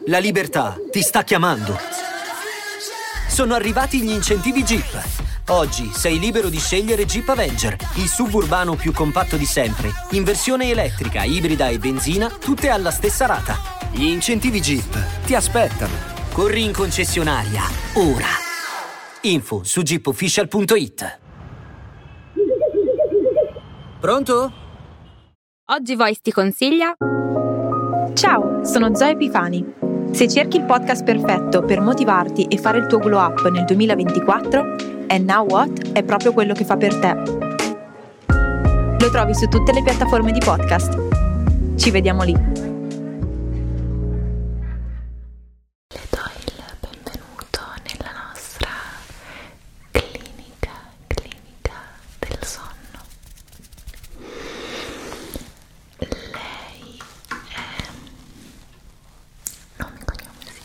La libertà ti sta chiamando. Sono arrivati gli incentivi Jeep. Oggi sei libero di scegliere Jeep Avenger, il SUV urbano più compatto di sempre, in versione elettrica, ibrida e benzina, tutte alla stessa rata. Gli incentivi Jeep ti aspettano. Corri in concessionaria, ora. Info su jeepofficial.it. Pronto? Oggi Voice ti consiglia... Ciao, sono Zoe Epifani. Se cerchi il podcast perfetto per motivarti e fare il tuo glow up nel 2024, And Now What è proprio quello che fa per te. Lo trovi su tutte le piattaforme di podcast. Ci vediamo lì. Le do il benvenuto nella nostra clinica del sonno. Lei è nome e cognome, sì.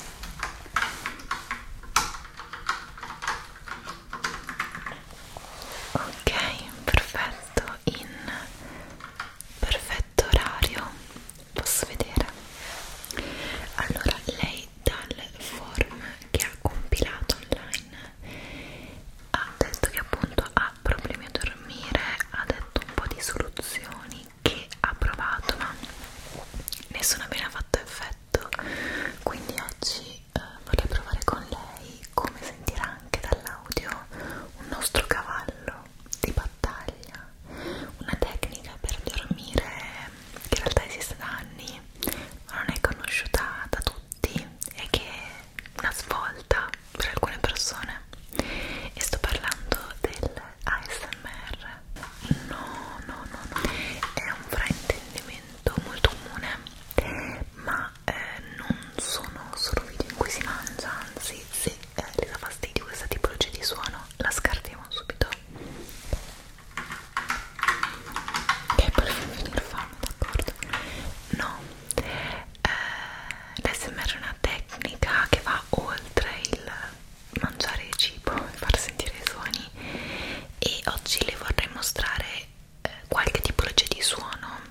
Ok, perfetto, in perfetto orario, posso vedere. Allora, lei dal form che ha compilato online ha detto che appunto ha problemi a dormire, ha detto un po' di soluzioni che ha provato ma nessuna bene ha fatto effetto, quindi oggi vorrei provare con lei, come sentirà anche dall'audio, un nostro cavallo di battaglia, una tecnica per dormire che in realtà esiste da anni ma non è conosciuta da tutti e che è una svolta per alcune persone, e sto parlando del ASMR. No, è un fraintendimento molto comune, ma non sono solo video in cui si mangia, anzi se le dà fastidio questa tipologia di suono la scartiamo subito. Che poi finire fame, d'accordo? No, l'ASMR è una tecnica che va oltre il mangiare cibo e far sentire i suoni, e oggi le vorrei mostrare qualche tipologia di suono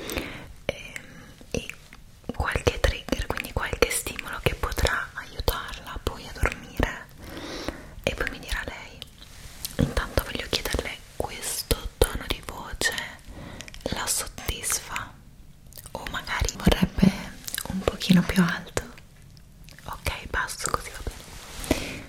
e qualche trigger, quindi qualche stimolo che potrà aiutarla poi a dormire, e poi mi dirà lei. Intanto voglio chiederle, questo tono di voce la soddisfa o magari vorrebbe un pochino più alto? Ok, basso, così va bene.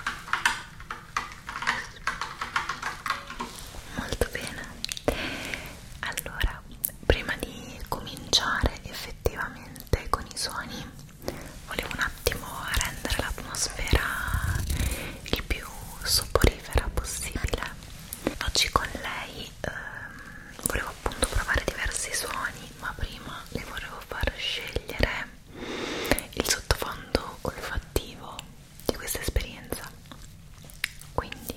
Molto bene. Allora, prima di cominciare effettivamente con i suoni, volevo un attimo rendere l'atmosfera il più soporifera possibile. Oggi con lei volevo appunto provare diversi suoni, ma prima le volevo far scegliere il sottofondo olfattivo di questa esperienza. Quindi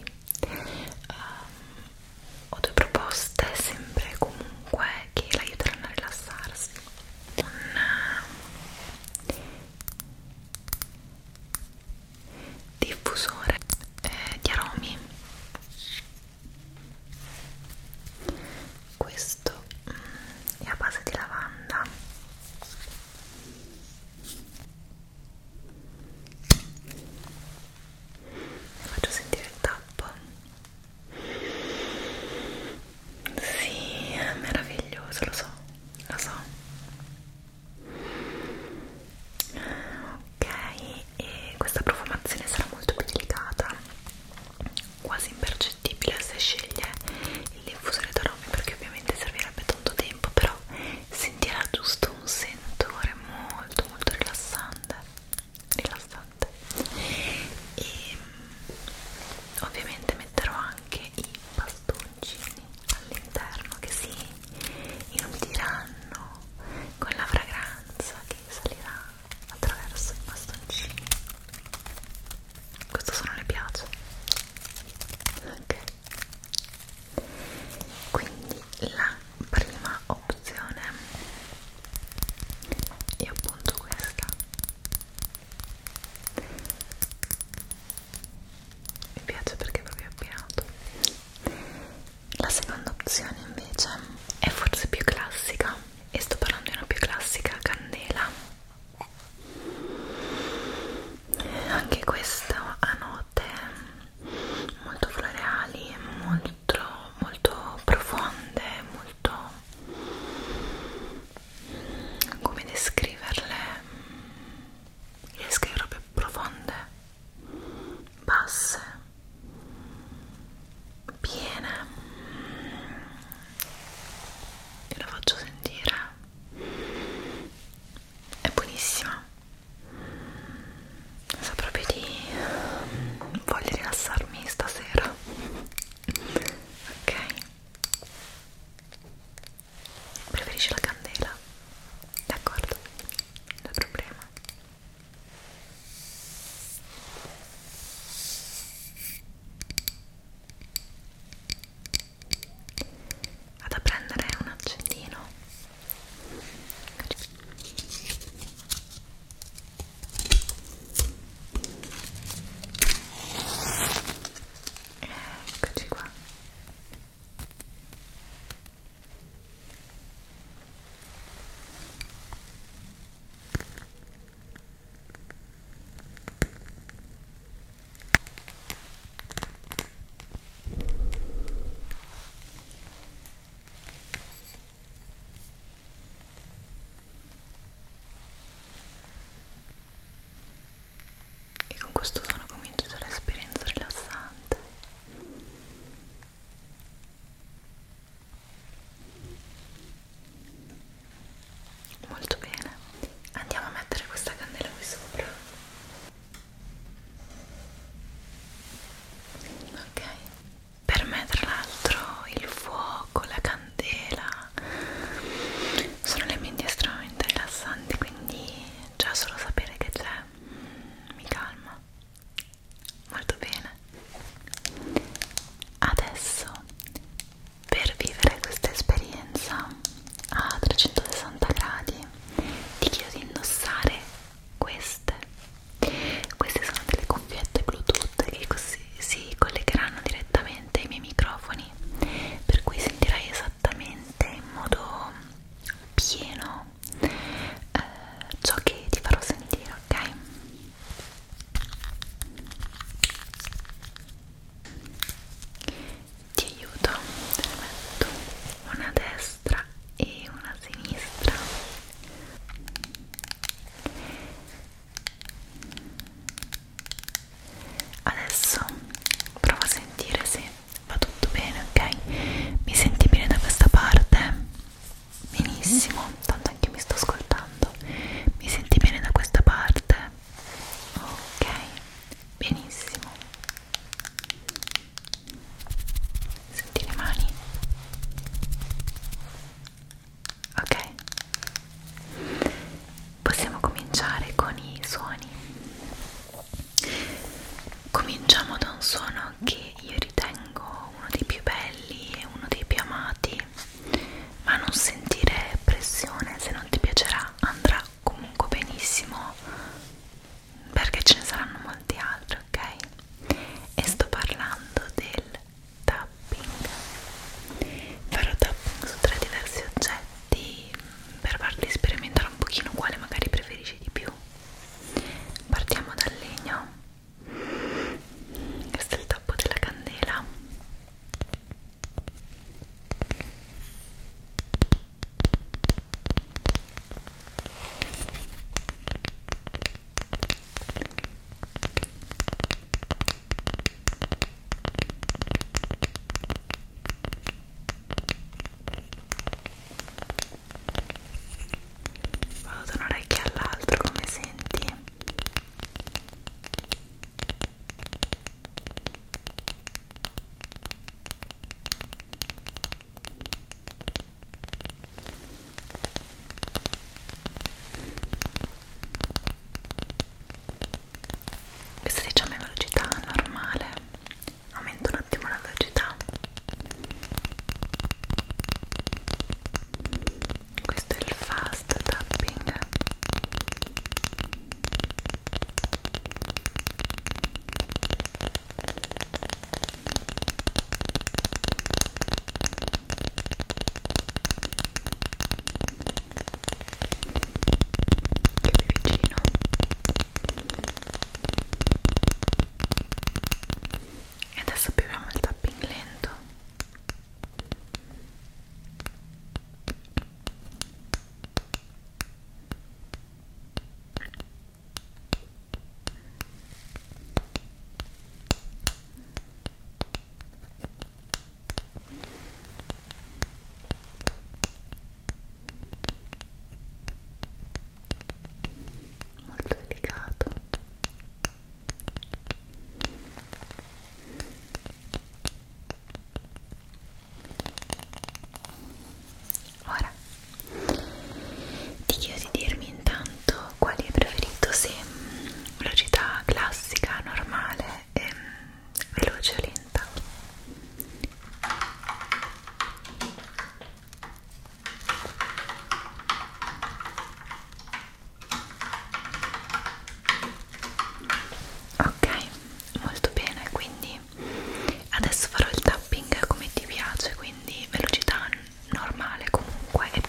ho due proposte, sempre e comunque, che l'aiuteranno a rilassarsi. Un diffusore di aromi. Questo è a base di lavanda. Faccio sentire il tappo. Sì, è meraviglioso, lo so. Ok, e questa profumazione sarà molto più delicata, quasi impercettibile se sceglie il diffusore d'aromi, perché ovviamente servirebbe tanto tempo, però sentirà giusto un sentore molto rilassante. E ovviamente metterò anche i bastoncini all'interno che si inumidiranno preferisci la candela, d'accordo? Non c'è problema. Vado a prendere un accendino. Eccoci qua. E con questo suono comincia già l'esperienza rilassante. Molto bene. Andiamo a mettere questa candela qui sopra. Ok. Per me tra l'altro il fuoco, la candela sono elementi estremamente rilassanti, quindi già solo sapere che c'è mi calma. Molto bene. Adesso, per vivere questa esperienza a 360 gradi, ti chiedo di indossare queste. Queste sono delle cuffiette Bluetooth che così si collegheranno direttamente ai miei microfoni, per cui sentirai esattamente in modo pieno ciò che ti farò sentire, ok? Ti aiuto, te ne metto una a destra e una a sinistra. Adesso prova a sentire se va tutto bene, ok? Mi senti bene da questa parte? Benissimo, tanto anche mi sto ascoltando. Mi senti bene da questa parte? Ok, benissimo. Senti le mani? Ok, possiamo cominciare con i suoni. Cominciamo da un suono che io ritengo uno dei più belli e uno dei più amati, ma non sentire pressione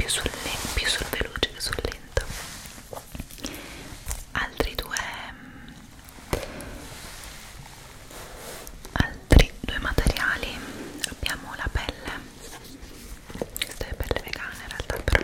più sul veloce che sul lento. Altri due materiali. Abbiamo la pelle, questa è pelle vegana in realtà, però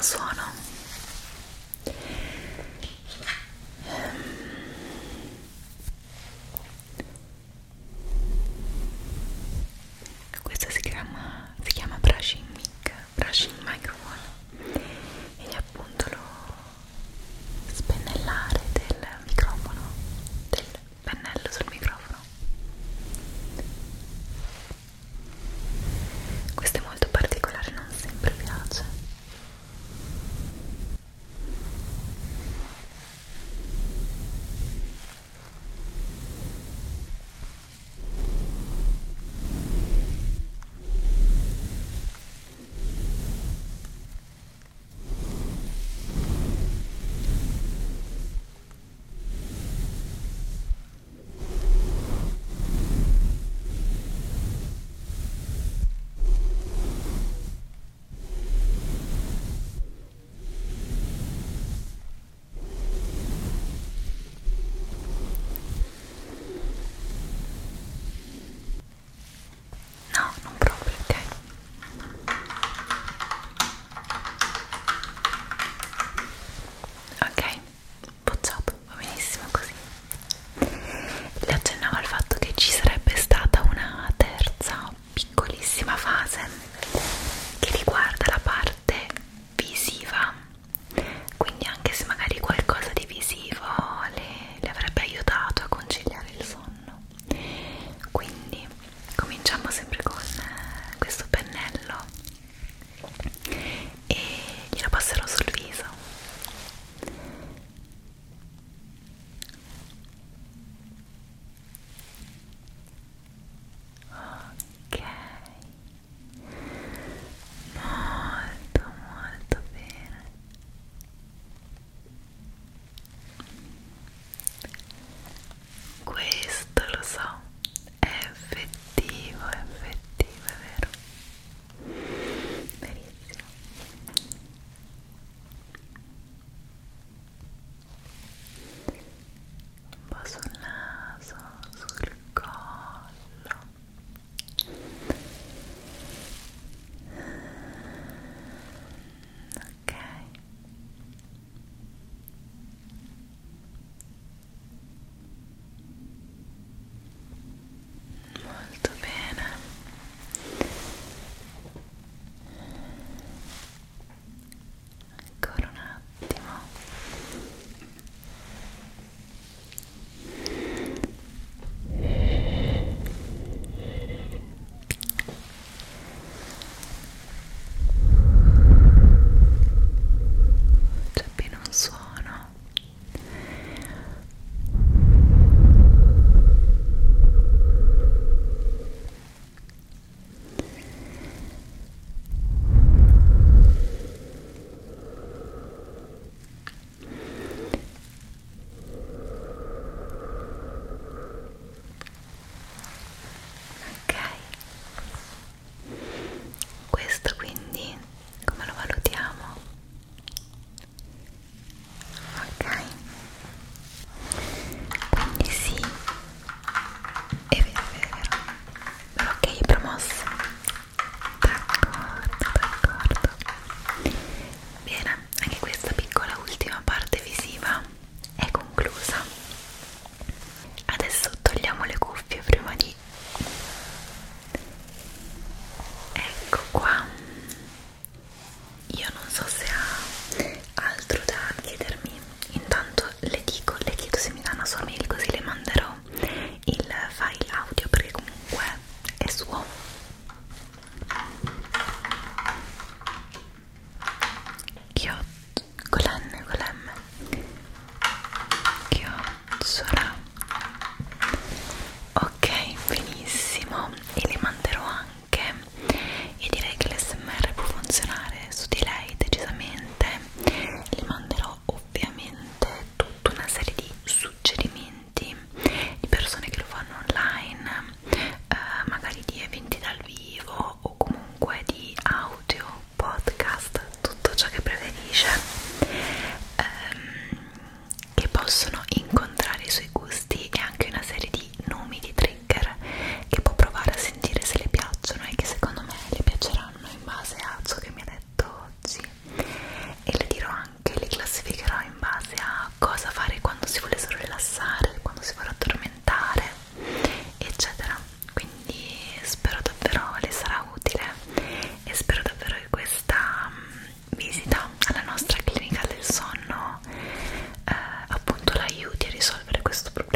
suono. Questo si chiama brushing microphone, ed è appunto lo spennellare del microfono, del pennello sul microfono. Questo è molto particolare, non sempre piace. questo